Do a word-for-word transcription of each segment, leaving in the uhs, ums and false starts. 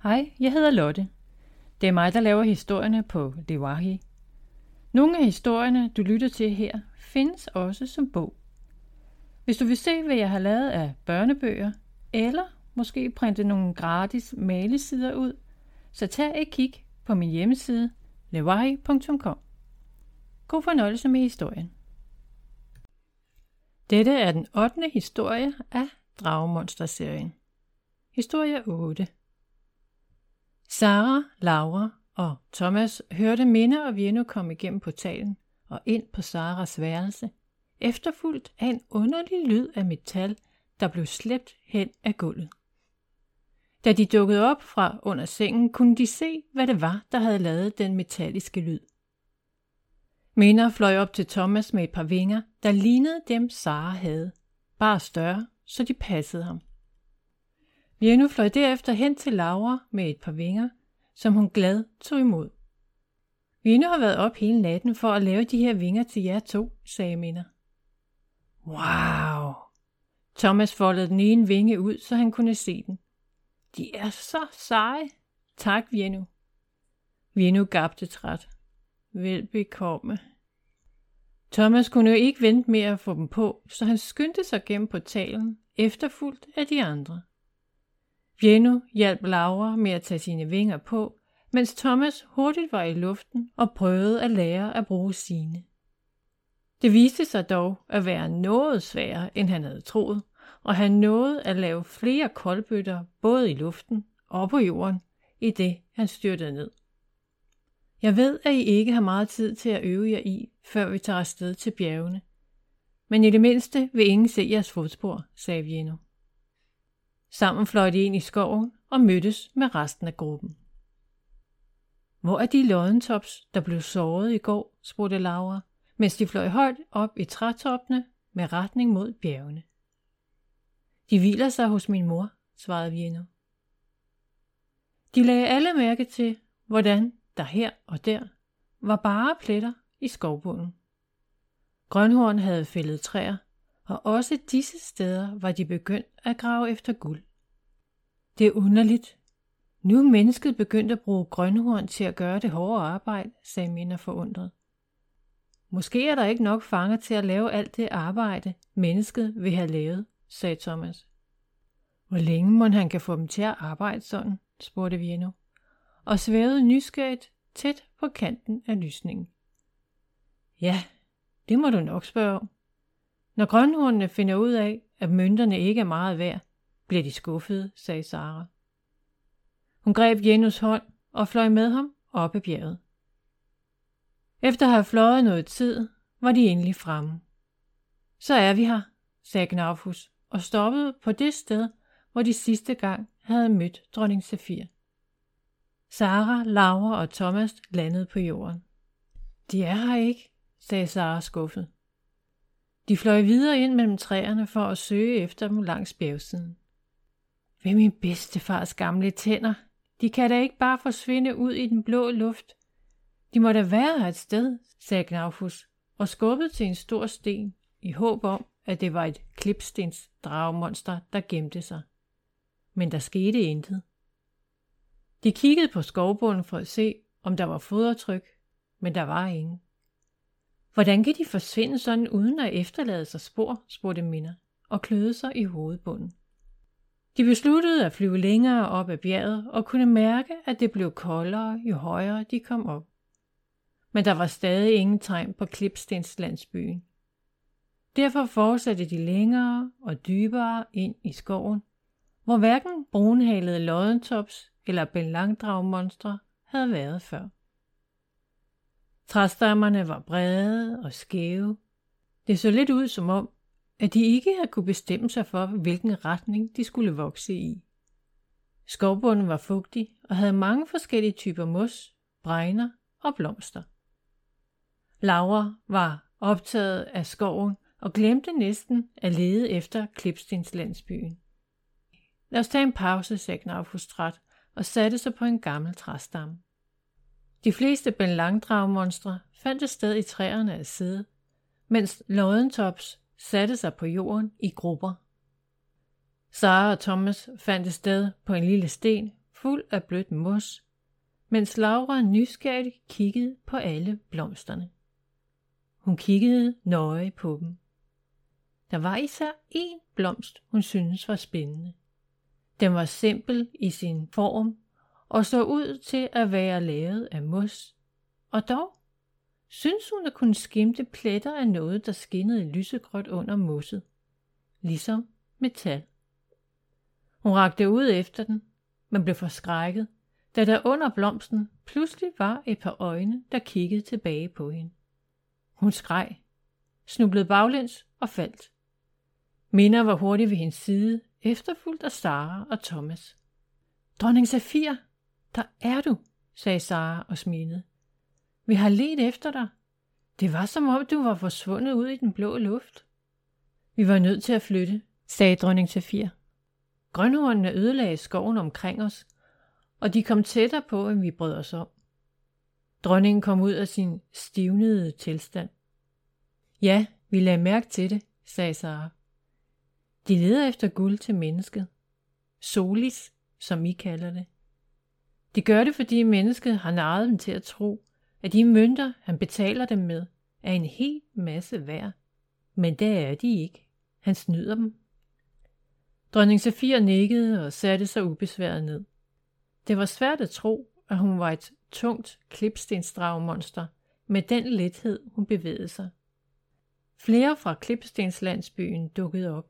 Hej, jeg hedder Lotte. Det er mig, der laver historierne på Lewahi. Nogle af historierne, du lytter til her, findes også som bog. Hvis du vil se, hvad jeg har lavet af børnebøger, eller måske printe nogle gratis malesider ud, så tag et kig på min hjemmeside lewahi punktum com. God fornøjelse med historien. Dette er den ottende historie af Dragemonster-serien. Historie otte. Sara, Laura og Thomas hørte Minna og Vienno komme igennem portalen og ind på Saras værelse, efterfulgt af en underlig lyd af metal, der blev slæbt hen af gulvet. Da de dukkede op fra under sengen, kunne de se, hvad det var, der havde lavet den metalliske lyd. Minna fløj op til Thomas med et par vinger, der lignede dem Sara havde, bare større, så de passede ham. Vienno fløj derefter hen til Laura med et par vinger, som hun glad tog imod. Vienno har været op hele natten for at lave de her vinger til jer to, sagde Minna. Wow! Thomas foldede den ene vinge ud, så han kunne se den. De er så seje. Tak, Vienno. Vienno gabte træt. Velbekomme. Thomas kunne jo ikke vente med at få dem på, så han skyndte sig gennem portalen, efterfulgt af de andre. Vienno hjalp Laura med at tage sine vinger på, mens Thomas hurtigt var i luften og prøvede at lære at bruge sine. Det viste sig dog at være noget sværere, end han havde troet, og han nåede at lave flere koldbøtter både i luften og på jorden, i det han styrtede ned. Jeg ved, at I ikke har meget tid til at øve jer i, før vi tager afsted til bjergene, men i det mindste vil ingen se jeres fodspor, sagde Vienno. Sammen fløj de ind i skoven og mødtes med resten af gruppen. Hvor er de loddentops, der blev såret i går, spurgte Laura, mens de fløj højt op i trætoppene med retning mod bjergene. De hviler sig hos min mor, svarede Vienno. De lagde alle mærke til, hvordan der her og der var bare pletter i skovbunden. Grønhorn havde fældet træer, og også disse steder var de begyndt at grave efter guld. Det er underligt. Nu er mennesket begyndt at bruge grønhorn til at gøre det hårde arbejde, sagde Minna forundret. Måske er der ikke nok fanger til at lave alt det arbejde, mennesket vil have lavet, sagde Thomas. Hvor længe må han kan få dem til at arbejde sådan, spurgte Vienno, og svævede nysgerrigt tæt på kanten af lysningen. Ja, det må du nok spørge om. Når grønhornene finder ud af, at mønterne ikke er meget værd, bliver de skuffede, sagde Sara. Hun greb Viennos hånd og fløj med ham op ad bjerget. Efter at have fløjet noget tid, var de endelig fremme. Så er vi her, sagde Gnafus og stoppede på det sted, hvor de sidste gang havde mødt dronning Safir. Sara, Laura og Thomas landede på jorden. De er her ikke, sagde Sara skuffet. De fløj videre ind mellem træerne for at søge efter dem langs bjergsiden. Ved min bedstefars gamle tænder, de kan da ikke bare forsvinde ud i den blå luft. De må da være her et sted, sagde Gnafus og skubbede til en stor sten i håb om, at det var et klipstens dragemonster, der gemte sig. Men der skete intet. De kiggede på skovbunden for at se, om der var fodaftryk, men der var ingen. Hvordan kan de forsvinde sådan uden at efterlade sig spor, spurgte Minna og kløede sig i hovedbunden. De besluttede at flyve længere op ad bjerget og kunne mærke, at det blev koldere, jo højere de kom op. Men der var stadig ingen tegn på klipstenslandsbyen. Derfor fortsatte de længere og dybere ind i skoven, hvor hverken brunhalede loddentops eller belangdragmonstre havde været før. Træstammerne var brede og skæve. Det så lidt ud som om, at de ikke havde kunne bestemme sig for, hvilken retning de skulle vokse i. Skovbunden var fugtig og havde mange forskellige typer mos, bregner og blomster. Laura var optaget af skoven og glemte næsten at lede efter klipstenslandsbyen. Lad os tage en pause, sagde Gnafus træt og satte sig på en gammel træstamme. De fleste belangdragmonstre fandt et sted i træerne at sidde, mens loddentops satte sig på jorden i grupper. Sara og Thomas fandt et sted på en lille sten fuld af blødt mos, mens Laura nysgerrigt kiggede på alle blomsterne. Hun kiggede nøje på dem. Der var især én blomst, hun syntes var spændende. Den var simpel i sin form og så ud til at være lavet af mos, og dog syntes hun at kunne skimte pletter af noget, der skinnede lysegråt under mosset, ligesom metal. Hun rakte ud efter den, men blev forskrækket, da der under blomsten pludselig var et par øjne, der kiggede tilbage på hende. Hun skreg, snublede baglæns og faldt. Minna var hurtigt ved hendes side, efterfulgt af Sara og Thomas. Dronning Safir, der er du, sagde Sara og smilede. Vi har ledt efter dig. Det var som om du var forsvundet ud i den blå luft. Vi var nødt til at flytte, sagde dronning Safir. Grønhornene ødelagde skoven omkring os, og de kom tættere på, end vi brød os om. Dronningen kom ud af sin stivnede tilstand. Ja, vi lagde mærke til det, sagde Sara. De leder efter guld til mennesket. Solis, som I kalder det. De gør det, fordi mennesket har narret dem til at tro, at de mønter, han betaler dem med, er en hel masse værd. Men det er de ikke. Han snyder dem. Dronning Safir nikkede og satte sig ubesværet ned. Det var svært at tro, at hun var et tungt klipstensdragemonster med den lethed, hun bevægede sig. Flere fra klipstenslandsbyen dukkede op.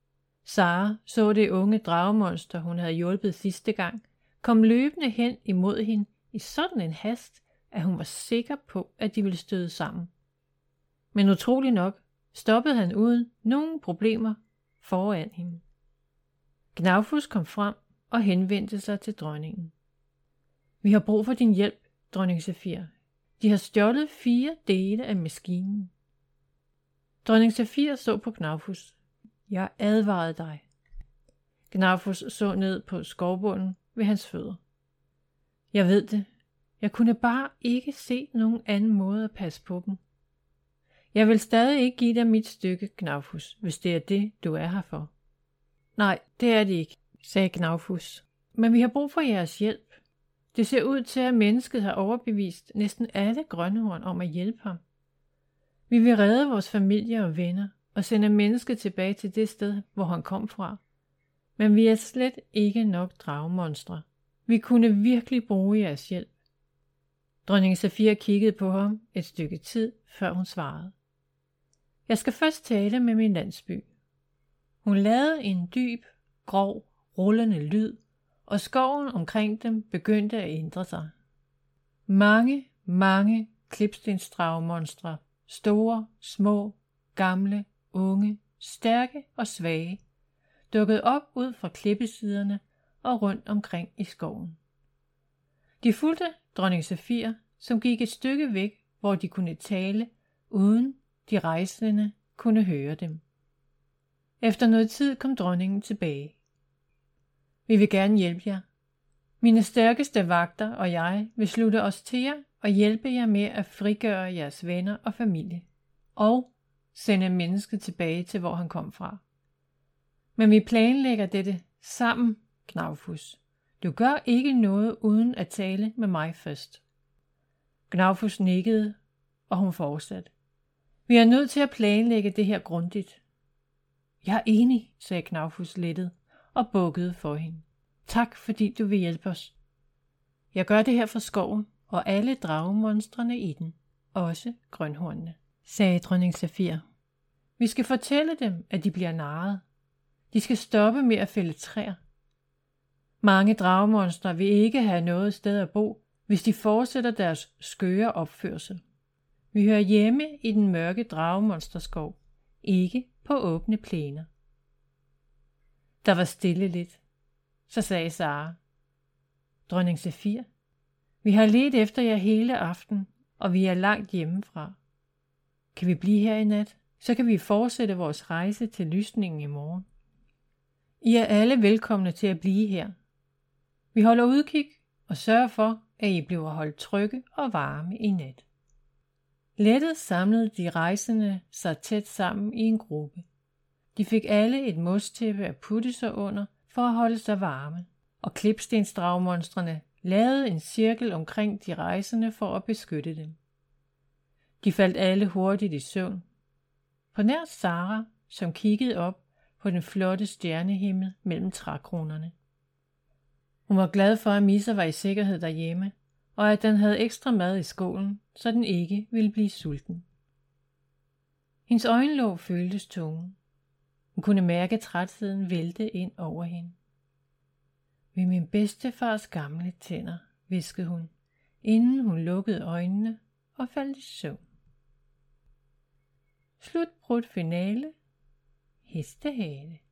Sara så det unge dragemonster, hun havde hjulpet sidste gang, kom løbende hen imod hende i sådan en hast, at hun var sikker på, at de ville støde sammen. Men utrolig nok stoppede han uden nogen problemer foran hende. Gnavfus kom frem og henvendte sig til dronningen. Vi har brug for din hjælp, dronning Safir. De har stjålet fire dele af maskinen. Dronning Safir så på Gnavfus. Jeg advarede dig. Gnavfus så ned på skovbunden ved hans fødder. Jeg ved det. Jeg kunne bare ikke se nogen anden måde at passe på dem. Jeg vil stadig ikke give dig mit stykke, Gnavfus, hvis det er det, du er her for. Nej, det er det ikke, sagde Gnavfus. Men vi har brug for jeres hjælp. Det ser ud til, at mennesket har overbevist næsten alle grønhorn om at hjælpe ham. Vi vil redde vores familie og venner og sende mennesket tilbage til det sted, hvor han kom fra. Men vi er slet ikke nok dragemonstre. Vi kunne virkelig bruge jeres hjælp. Dronning Safir kiggede på ham et stykke tid, før hun svarede. Jeg skal først tale med min landsby. Hun lavede en dyb, grov, rullende lyd, og skoven omkring dem begyndte at ændre sig. Mange, mange klipstensdragemonstre, store, små, gamle, unge, stærke og svage, dukkede op ud fra klippesiderne og rundt omkring i skoven. De fulgte dronning Safir, som gik et stykke væk, hvor de kunne tale, uden de rejsende kunne høre dem. Efter noget tid kom dronningen tilbage. Vi vil gerne hjælpe jer. Mine stærkeste vagter og jeg vil slutte os til jer og hjælpe jer med at frigøre jeres venner og familie, og sende mennesket tilbage til, hvor han kom fra. Men vi planlægger dette sammen, Gnavfus. Du gør ikke noget uden at tale med mig først. Gnavfus nikkede, og hun fortsatte. Vi er nødt til at planlægge det her grundigt. Jeg er enig, sagde Gnavfus lettet og bukkede for hende. Tak, fordi du vil hjælpe os. Jeg gør det her for skoven og alle dragemonstrene i den, også grønhornene, sagde dronning Safir. Vi skal fortælle dem, at de bliver narret. De skal stoppe med at fælde træer. Mange dragemonstre vil ikke have noget sted at bo, hvis de fortsætter deres skøre opførsel. Vi hører hjemme i den mørke dragemonsterskov, ikke på åbne plæner. Der var stille lidt. Så sagde Sara. Dronning Safir, vi har ledt efter jer hele aften, og vi er langt hjemmefra. Kan vi blive her i nat? Så kan vi fortsætte vores rejse til lysningen i morgen. I er alle velkomne til at blive her. Vi holder udkig og sørger for, at I bliver holdt trygge og varme i nat. Lettet samlede de rejsende sig tæt sammen i en gruppe. De fik alle et mostæppe at putte sig under for at holde sig varme. og klipstensdragmonstrene lavede en cirkel omkring de rejsende for at beskytte dem. De faldt alle hurtigt i søvn. På nær Sara, som kiggede op på den flotte stjernehimmel mellem trækronerne. Hun var glad for, at Misa var i sikkerhed derhjemme, og at den havde ekstra mad i skålen, så den ikke ville blive sulten. Hendes øjenlåg føltes tunge. Hun kunne mærke trætheden vælte ind over hende. Ved min bedstefars gamle tænder, hviskede hun, inden hun lukkede øjnene og faldt i søvn. Slutbrudt finale. Hestehale.